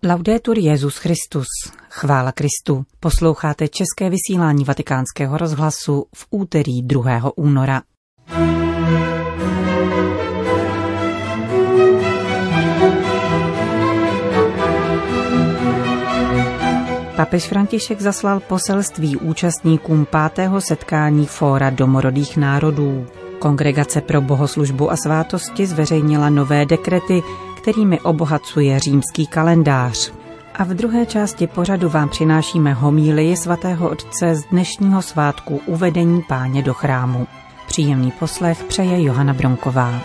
Laudetur Jesus Christus, chvála Kristu. Posloucháte české vysílání Vatikánského rozhlasu v úterý 2. února. Papež František zaslal poselství účastníkům 5. setkání Fóra domorodých národů. Kongregace pro bohoslužbu a svátosti zveřejnila nové dekrety, kterými obohacuje římský kalendář. A v druhé části pořadu vám přinášíme homílii svatého otce z dnešního svátku uvedení Páně do chrámu. Příjemný poslech přeje Johana Bronková.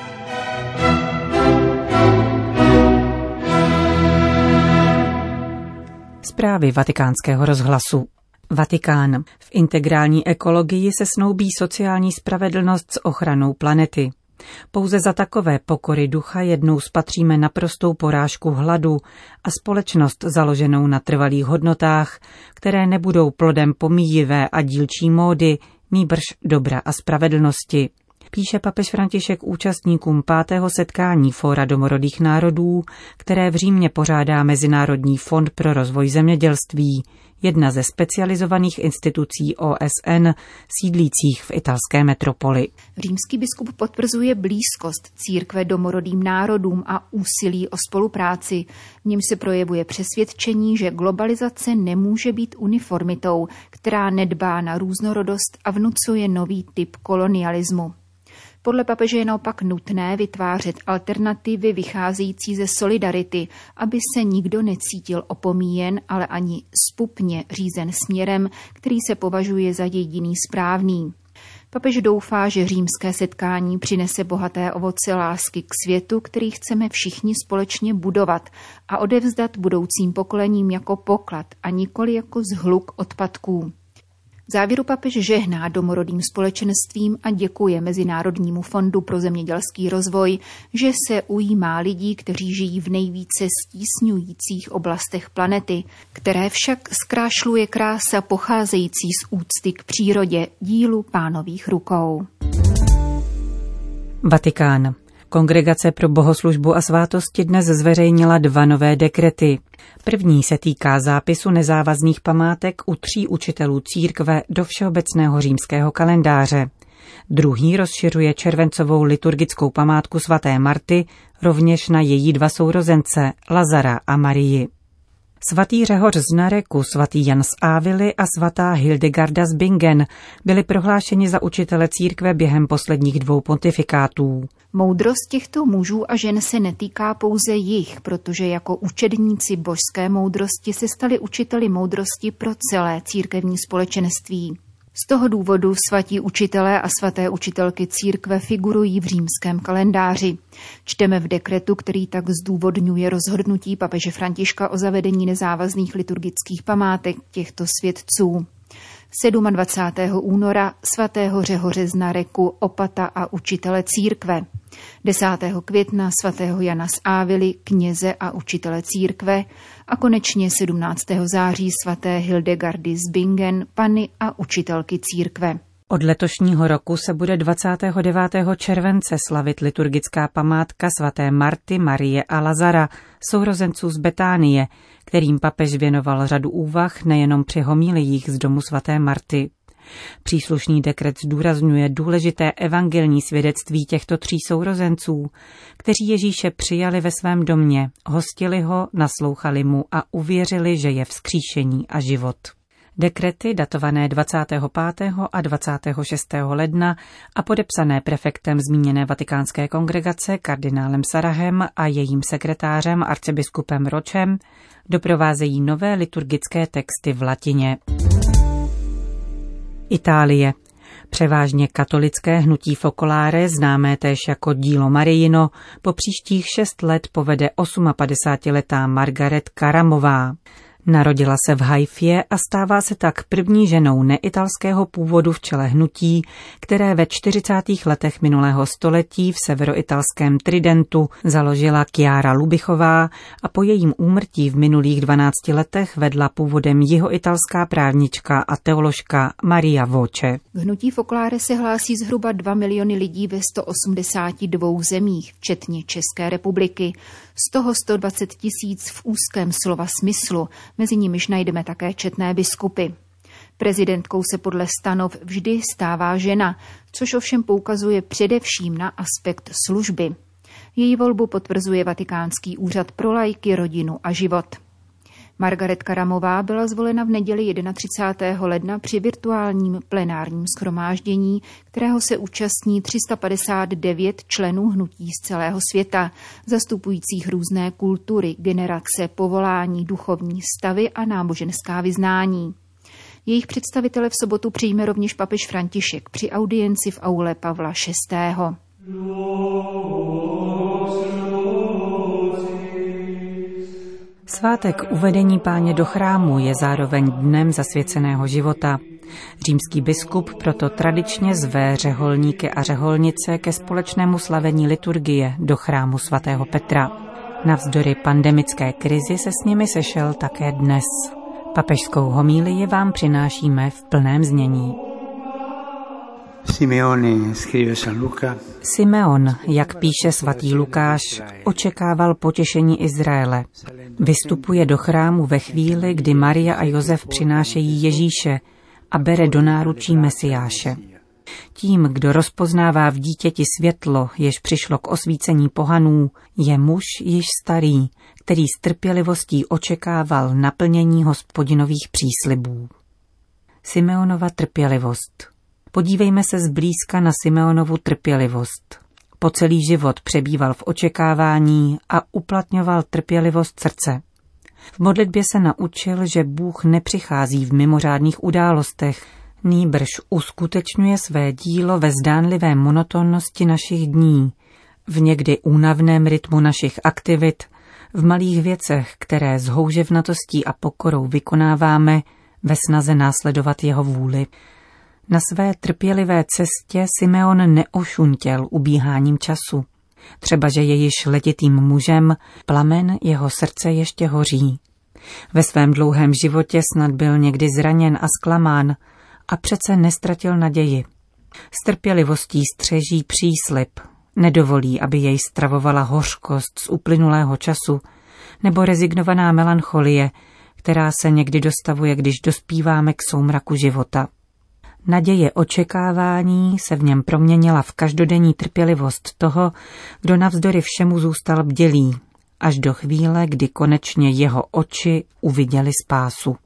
Zprávy Vatikánského rozhlasu. Vatikán. V integrální ekologii se snoubí sociální spravedlnost s ochranou planety. Pouze za takové pokory ducha jednou spatříme naprostou porážku hladu a společnost založenou na trvalých hodnotách, které nebudou plodem pomíjivé a dílčí módy, nýbrž dobra a spravedlnosti. Píše papež František účastníkům 5. setkání Fóra domorodých národů, které v Římě pořádá Mezinárodní fond pro rozvoj zemědělství, jedna ze specializovaných institucí OSN sídlících v italské metropoli. Římský biskup potvrzuje blízkost církve domorodým národům a úsilí o spolupráci. V něm se projevuje přesvědčení, že globalizace nemůže být uniformitou, která nedbá na různorodost a vnucuje nový typ kolonialismu. Podle papeže je naopak nutné vytvářet alternativy vycházející ze solidarity, aby se nikdo necítil opomíjen, ale ani zpupně řízen směrem, který se považuje za jediný správný. Papež doufá, že římské setkání přinese bohaté ovoce lásky k světu, který chceme všichni společně budovat a odevzdat budoucím pokolením jako poklad a nikoli jako zhluk odpadků. V závěru papež žehná domorodým společenstvím a děkuje Mezinárodnímu fondu pro zemědělský rozvoj, že se ujímá lidí, kteří žijí v nejvíce stísňujících oblastech planety, které však zkrášluje krása pocházející z úcty k přírodě, dílu Pánových rukou. Vatikán. Kongregace pro bohoslužbu a svátosti dnes zveřejnila 2 nové dekrety. První se týká zápisu nezávazných památek u 3 učitelů církve do všeobecného římského kalendáře. Druhý rozšiřuje červencovou liturgickou památku svaté Marty rovněž na její 2 sourozence, Lazara a Marii. Svatý Řehoř z Nareku, svatý Jan z Ávily a svatá Hildegarda z Bingen byli prohlášeni za učitele církve během posledních 2 pontifikátů. Moudrost těchto mužů a žen se netýká pouze jich, protože jako učedníci božské moudrosti se stali učiteli moudrosti pro celé církevní společenství. Z toho důvodu svatí učitelé a svaté učitelky církve figurují v římském kalendáři. Čteme v dekretu, který tak zdůvodňuje rozhodnutí papeže Františka o zavedení nezávazných liturgických památek těchto světců. 27. února svatého Řehoře z Nareku, opata a učitele církve. 10. května svatého Jana z Ávily, kněze a učitele církve a konečně 17. září svaté Hildegardy z Bingen, panny a učitelky církve. Od letošního roku se bude 29. července slavit liturgická památka svaté Marty, Marie a Lazara, sourozenců z Betánie, kterým papež věnoval řadu úvah nejenom při homíliích z domu svaté Marty. Příslušný dekret zdůrazňuje důležité evangelní svědectví těchto 3 sourozenců, kteří Ježíše přijali ve svém domě, hostili ho, naslouchali mu a uvěřili, že je vzkříšení a život. Dekrety datované 25. a 26. ledna a podepsané prefektem zmíněné vatikánské kongregace kardinálem Sarahem a jejím sekretářem arcibiskupem Ročem doprovázejí nové liturgické texty v latině. Itálie. Převážně katolické hnutí Focolare, známé též jako dílo Marijino, po příštích 6 let povede 58letá Margaret Karamová. Narodila se v Haifě a stává se tak první ženou neitalského původu v čele hnutí, které ve 40. letech minulého století v severoitalském Tridentu založila Chiara Lubichová a po jejím úmrtí v minulých 12 letech vedla původem jihoitalská právnička a teoložka Maria Voce. K hnutí Focolare se hlásí zhruba 2 miliony lidí ve 182 zemích, včetně České republiky. Z toho 120 000 v úzkém slova smyslu, mezi nimiž najdeme také četné biskupy. Prezidentkou se podle stanov vždy stává žena, což ovšem poukazuje především na aspekt služby. Její volbu potvrzuje Vatikánský úřad pro laiky, rodinu a život. Margaretka Ramová byla zvolena v neděli 31. ledna při virtuálním plenárním shromáždění, kterého se účastní 359 členů hnutí z celého světa, zastupujících různé kultury, generace, povolání, duchovní stavy a náboženská vyznání. Jejich představitele v sobotu přijme rovněž papež František při audienci v aule Pavla VI. Svátek uvedení Páně do chrámu je zároveň dnem zasvěceného života. Římský biskup proto tradičně zve řeholníky a řeholnice ke společnému slavení liturgie do chrámu svatého Petra. Navzdory pandemické krizi se s nimi sešel také dnes. Papežskou homílii vám přinášíme v plném znění. Simeon, jak píše svatý Lukáš, očekával potěšení Izraele. Vystupuje do chrámu ve chvíli, kdy Maria a Josef přinášejí Ježíše a bere do náručí Mesiáše. Tím, kdo rozpoznává v dítěti světlo, jež přišlo k osvícení pohanů, je muž již starý, který s trpělivostí očekával naplnění Hospodinových příslibů. Simeonova trpělivost. Podívejme se zblízka na Simeonovu trpělivost. Po celý život přebýval v očekávání a uplatňoval trpělivost srdce. V modlitbě se naučil, že Bůh nepřichází v mimořádných událostech, nýbrž uskutečňuje své dílo ve zdánlivé monotónnosti našich dní, v někdy únavném rytmu našich aktivit, v malých věcech, které s houževnatostí a pokorou vykonáváme ve snaze následovat jeho vůli. Na své trpělivé cestě Simeon neošuntěl ubíháním času. Třeba, že je již letitým mužem, plamen jeho srdce ještě hoří. Ve svém dlouhém životě snad byl někdy zraněn a zklamán a přece nestratil naději. S trpělivostí střeží příslib, nedovolí, aby jej stravovala hořkost z uplynulého času nebo rezignovaná melancholie, která se někdy dostavuje, když dospíváme k soumraku života. Naděje očekávání se v něm proměnila v každodenní trpělivost toho, kdo navzdory všemu zůstal bdělý, až do chvíle, kdy konečně jeho oči uviděli spásu.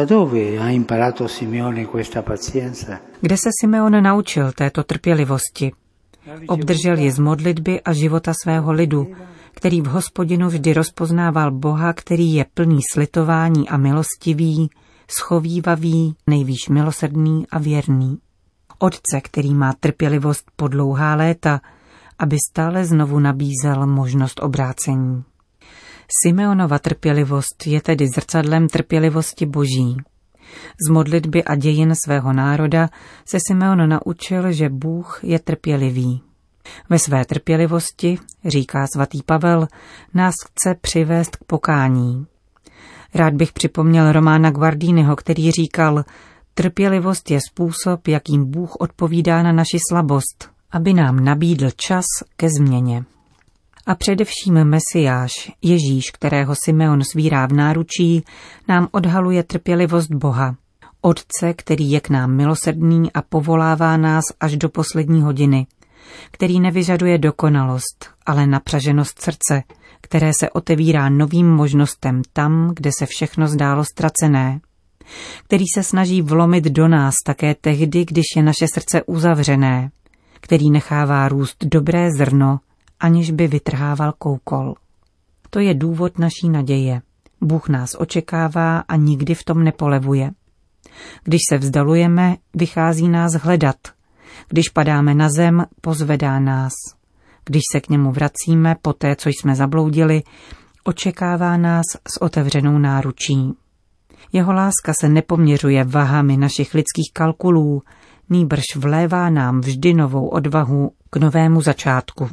Kde se Simeon naučil této trpělivosti? Obdržel ji z modlitby a života svého lidu, který v Hospodinu vždy rozpoznával Boha, který je plný slitování a milostivý, schovívavý, nejvýš milosrdný a věrný. Otce, který má trpělivost po dlouhá léta, aby stále znovu nabízel možnost obrácení. Simeonova trpělivost je tedy zrcadlem trpělivosti Boží. Z modlitby a dějin svého národa se Simeon naučil, že Bůh je trpělivý. Ve své trpělivosti, říká svatý Pavel, nás chce přivést k pokání. Rád bych připomněl Romana Guardiniho, který říkal, trpělivost je způsob, jakým Bůh odpovídá na naši slabost, aby nám nabídl čas ke změně. A především Mesiáš, Ježíš, kterého Simeon svírá v náručí, nám odhaluje trpělivost Boha, Otce, který je k nám milosrdný a povolává nás až do poslední hodiny, který nevyžaduje dokonalost, ale napřaženost srdce, které se otevírá novým možnostem tam, kde se všechno zdálo ztracené, který se snaží vlomit do nás také tehdy, když je naše srdce uzavřené, který nechává růst dobré zrno, aniž by vytrhával koukol. To je důvod naší naděje. Bůh nás očekává a nikdy v tom nepolevuje. Když se vzdalujeme, vychází nás hledat. Když padáme na zem, pozvedá nás. Když se k němu vracíme poté, co jsme zabloudili, očekává nás s otevřenou náručí. Jeho láska se nepoměřuje vahami našich lidských kalkulů, nýbrž vlévá nám vždy novou odvahu k novému začátku.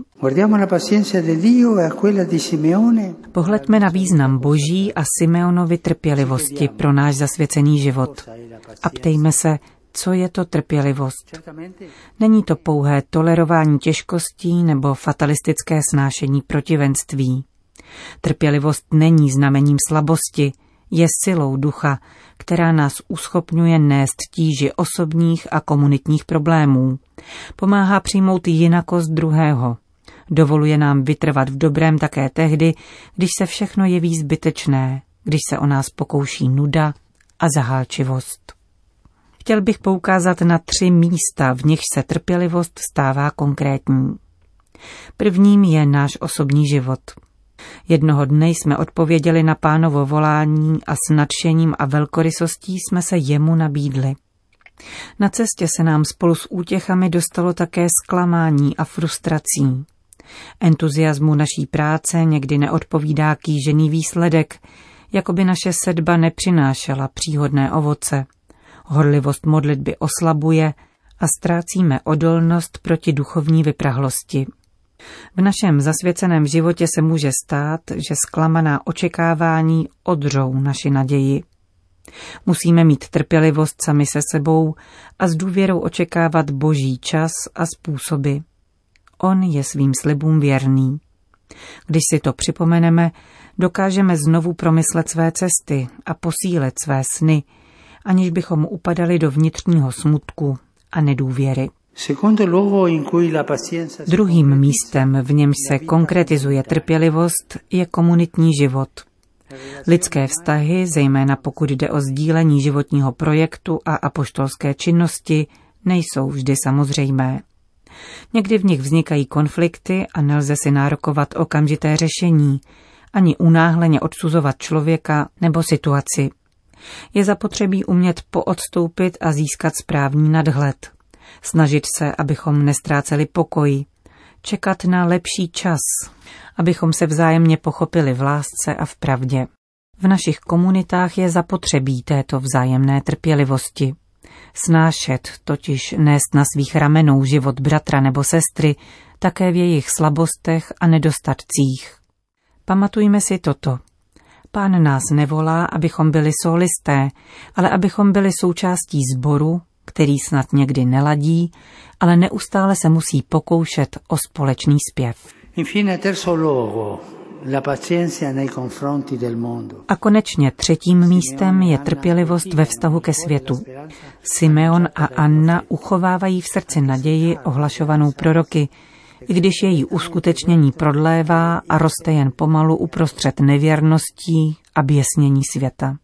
Pohleďme na význam Boží a Simeonovy trpělivosti pro náš zasvěcený život. A ptejme se, co je to trpělivost. Není to pouhé tolerování těžkostí nebo fatalistické snášení protivenství. Trpělivost není znamením slabosti, je silou ducha, která nás uschopňuje nést tíži osobních a komunitních problémů. Pomáhá přijmout jinakost druhého. Dovoluje nám vytrvat v dobrém také tehdy, když se všechno jeví zbytečné, když se o nás pokouší nuda a zahálčivost. Chtěl bych poukázat na 3 místa, v nichž se trpělivost stává konkrétní. Prvním je náš osobní život. Jednoho dne jsme odpověděli na Pánovo volání a s nadšením a velkorysostí jsme se jemu nabídli. Na cestě se nám spolu s útěchami dostalo také zklamání a frustrací. Entuziasmu naší práce někdy neodpovídá kýžený výsledek, jako by naše sedba nepřinášela příhodné ovoce. Horlivost modlitby oslabuje a ztrácíme odolnost proti duchovní vyprahlosti. V našem zasvěceném životě se může stát, že zklamaná očekávání odřou naši naději. Musíme mít trpělivost sami se sebou a s důvěrou očekávat Boží čas a způsoby. On je svým slibům věrný. Když si to připomeneme, dokážeme znovu promyslet své cesty a posílit své sny, aniž bychom upadali do vnitřního smutku a nedůvěry. Druhým místem, v němž se konkretizuje trpělivost, je komunitní život. Lidské vztahy, zejména pokud jde o sdílení životního projektu a apoštolské činnosti, nejsou vždy samozřejmé. Někdy v nich vznikají konflikty a nelze si nárokovat okamžité řešení, ani unáhleně odsuzovat člověka nebo situaci. Je zapotřebí umět poodstoupit a získat správný nadhled. Snažit se, abychom nestráceli pokoj. Čekat na lepší čas, abychom se vzájemně pochopili v lásce a v pravdě. V našich komunitách je zapotřebí této vzájemné trpělivosti. Snášet, totiž nést na svých ramenou život bratra nebo sestry, také v jejich slabostech a nedostatcích. Pamatujme si toto. Pán nás nevolá, abychom byli solisté, ale abychom byli součástí sboru, který snad někdy neladí, ale neustále se musí pokoušet o společný zpěv. A konečně 3. místem je trpělivost ve vztahu ke světu. Simeon a Anna uchovávají v srdci naději ohlašovanou proroky, i když její uskutečnění prodlévá a roste jen pomalu uprostřed nevěrností a běsnění světa.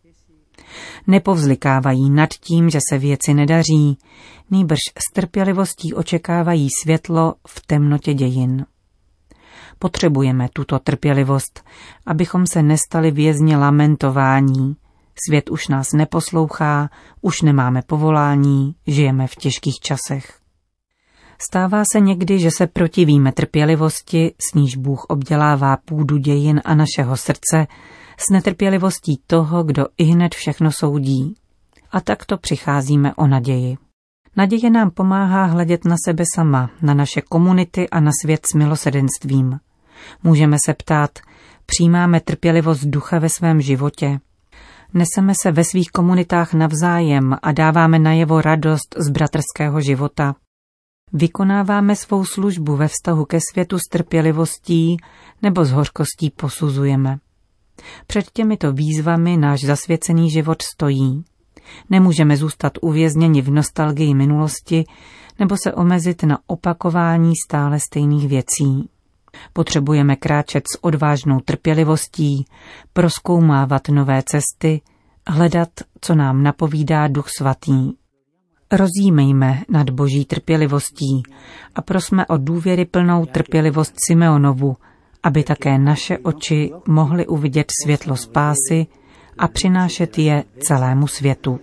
Nepovzlikávají nad tím, že se věci nedaří, nýbrž s trpělivostí očekávají světlo v temnotě dějin. Potřebujeme tuto trpělivost, abychom se nestali vězni lamentování. Svět už nás neposlouchá, už nemáme povolání, žijeme v těžkých časech. Stává se někdy, že se protivíme trpělivosti, s níž Bůh obdělává půdu dějin a našeho srdce, s netrpělivostí toho, kdo ihned všechno soudí. A takto přicházíme o naději. Naděje nám pomáhá hledět na sebe sama, na naše komunity a na svět s milosrdenstvím. Můžeme se ptát, přijímáme trpělivost ducha ve svém životě? Neseme se ve svých komunitách navzájem a dáváme najevo radost z bratrského života? Vykonáváme svou službu ve vztahu ke světu s trpělivostí nebo s hořkostí posuzujeme? Před těmito výzvami náš zasvěcený život stojí. Nemůžeme zůstat uvězněni v nostalgii minulosti nebo se omezit na opakování stále stejných věcí. Potřebujeme kráčet s odvážnou trpělivostí, prozkoumávat nové cesty, hledat, co nám napovídá Duch Svatý. Rozjímejme nad Boží trpělivostí a prosme o důvěryplnou trpělivost Simeonovu, aby také naše oči mohly uvidět světlo spásy a přinášet je celému světu.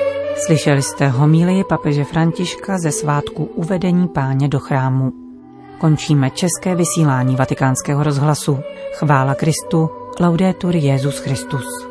Slyšeli jste homílii papeže Františka ze svátku Uvedení Páně do chrámu. končíme české vysílání Vatikánského rozhlasu. Chvála Kristu, laudetur Jesus Christus.